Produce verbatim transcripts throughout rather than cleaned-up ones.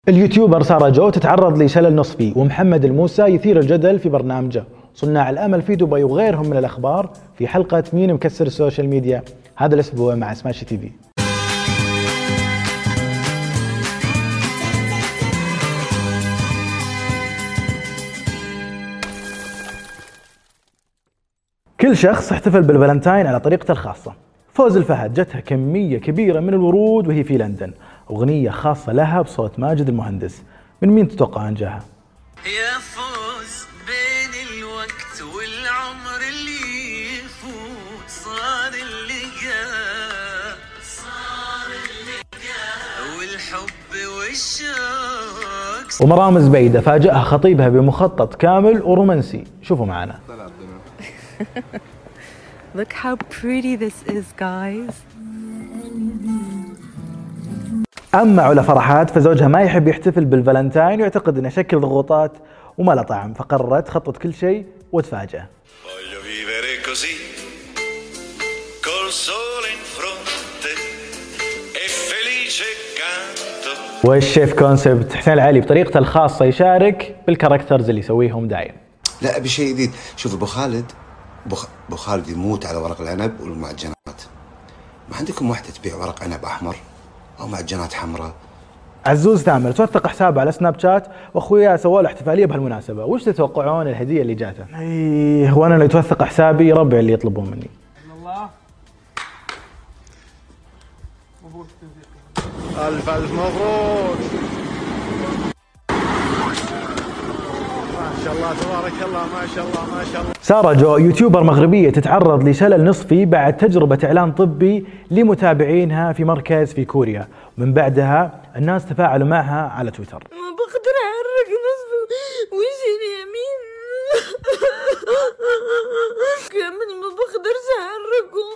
اليوتيوبر سارة جو تتعرض لشلل نصفي، ومحمد الموسى يثير الجدل في برنامجه صناع الأمل في دبي وغيرهم من الأخبار في حلقة مين مكسر السوشيال ميديا هذا الأسبوع مع سماشي تي في. كل شخص احتفل بالفالنتاين على طريقته الخاصة. فوز الفهد جتها كمية كبيرة من الورود وهي في لندن، أغنية خاصة لها بصوت ماجد المهندس. من مين تتوقع أن جاها؟ يا فوز بين الوقت والعمر اللي يفوت صار اللي جاء صار اللي جاء والحب والشوق. ومرام زبيدة فاجأها خطيبها بمخطط كامل ورومانسي، شوفوا معنا. Look how pretty this is, guys. أما علا فرحات فزوجها ما يحب يحتفل بالفالنتاين ويعتقد انه شكل ضغوطات وما له طعم، فقررت خطت كل شيء وتفاجأ. والشيف كونسبت حسين العلي بطريقته الخاصة يشارك بالكاركترز اللي يسويهم دايم. لا بشيء جديد. شوف ابو خالد ابو خالد يموت على ورق العنب والمعجنات. ما عندكم واحدة تبيع ورق عنب احمر او معجنات حمراء؟ عزوز تامر توثق حسابه على سناب شات واخوياه سووا له احتفاليه بهالمناسبه، وش تتوقعون الهديه اللي جاته؟ اي هو انا اللي يتوثق حسابي ربع اللي يطلبون مني. الله مبروك الف الف مبروك. ما شاء الله تبارك الله ما شاء الله ما شاء الله. سارة جو يوتيوبر مغربية تتعرض لشلل نصفي بعد تجربة إعلان طبي لمتابعينها في مركز في كوريا، ومن بعدها الناس تفاعلوا معها على تويتر. ما بقدر أحرك نصفي وجهي اليمين كامل ما بقدرش أحركه.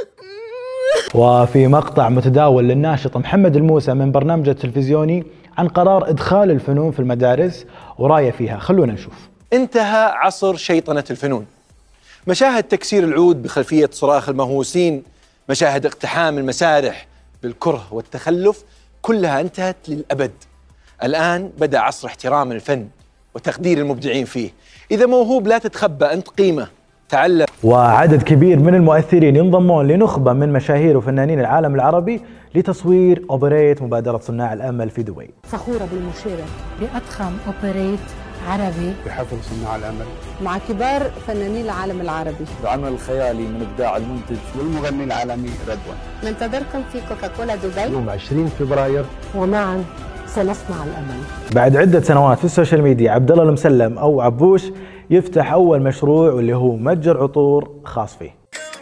وفي مقطع متداول للناشط محمد الموسى من برنامجه التلفزيوني عن قرار إدخال الفنون في المدارس وراية فيها، خلونا نشوف. انتهى عصر شيطنة الفنون. مشاهد تكسير العود بخلفية صراخ المهووسين، مشاهد اقتحام المسارح بالكره والتخلف، كلها انتهت للأبد. الآن بدأ عصر احترام الفن وتقدير المبدعين فيه. إذا موهوب لا تتخبى، أنت قيمة، تعلم. وعدد كبير من المؤثرين ينضمون لنخبة من مشاهير وفنانين العالم العربي لتصوير أوبريت مبادرة صناع الأمل في دبي. فخورة بالمشاركة بأضخم أوبريت عربي بحفل صناع الأمل مع كبار فنانين العالم العربي، بعمل الخيالي من إبداع المنتج والمغني العالمي رضوان. ننتظركم في كوكاكولا دبي يوم عشرين فبراير، ومعا سنصنع الأمل. بعد عدة سنوات في السوشيال ميديا عبد الله المسلم أو عبوش يفتح أول مشروع واللي هو متجر عطور خاص فيه.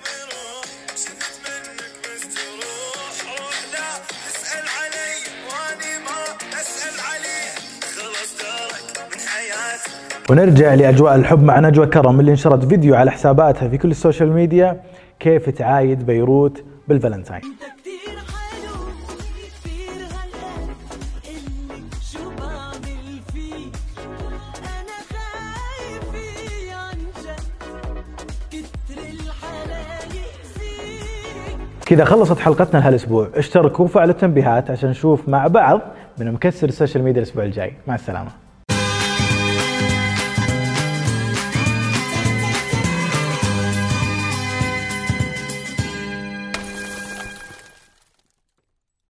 ونرجع لأجواء الحب مع نجوى كرم اللي نشرت فيديو على حساباتها في كل السوشيال ميديا كيف تعايد بيروت بالفالنتاين. كذا خلصت حلقتنا لهالاسبوع، اشتركوا وفعلوا التنبيهات عشان نشوف مع بعض من مكسر السوشيال ميديا الاسبوع الجاي. مع السلامة.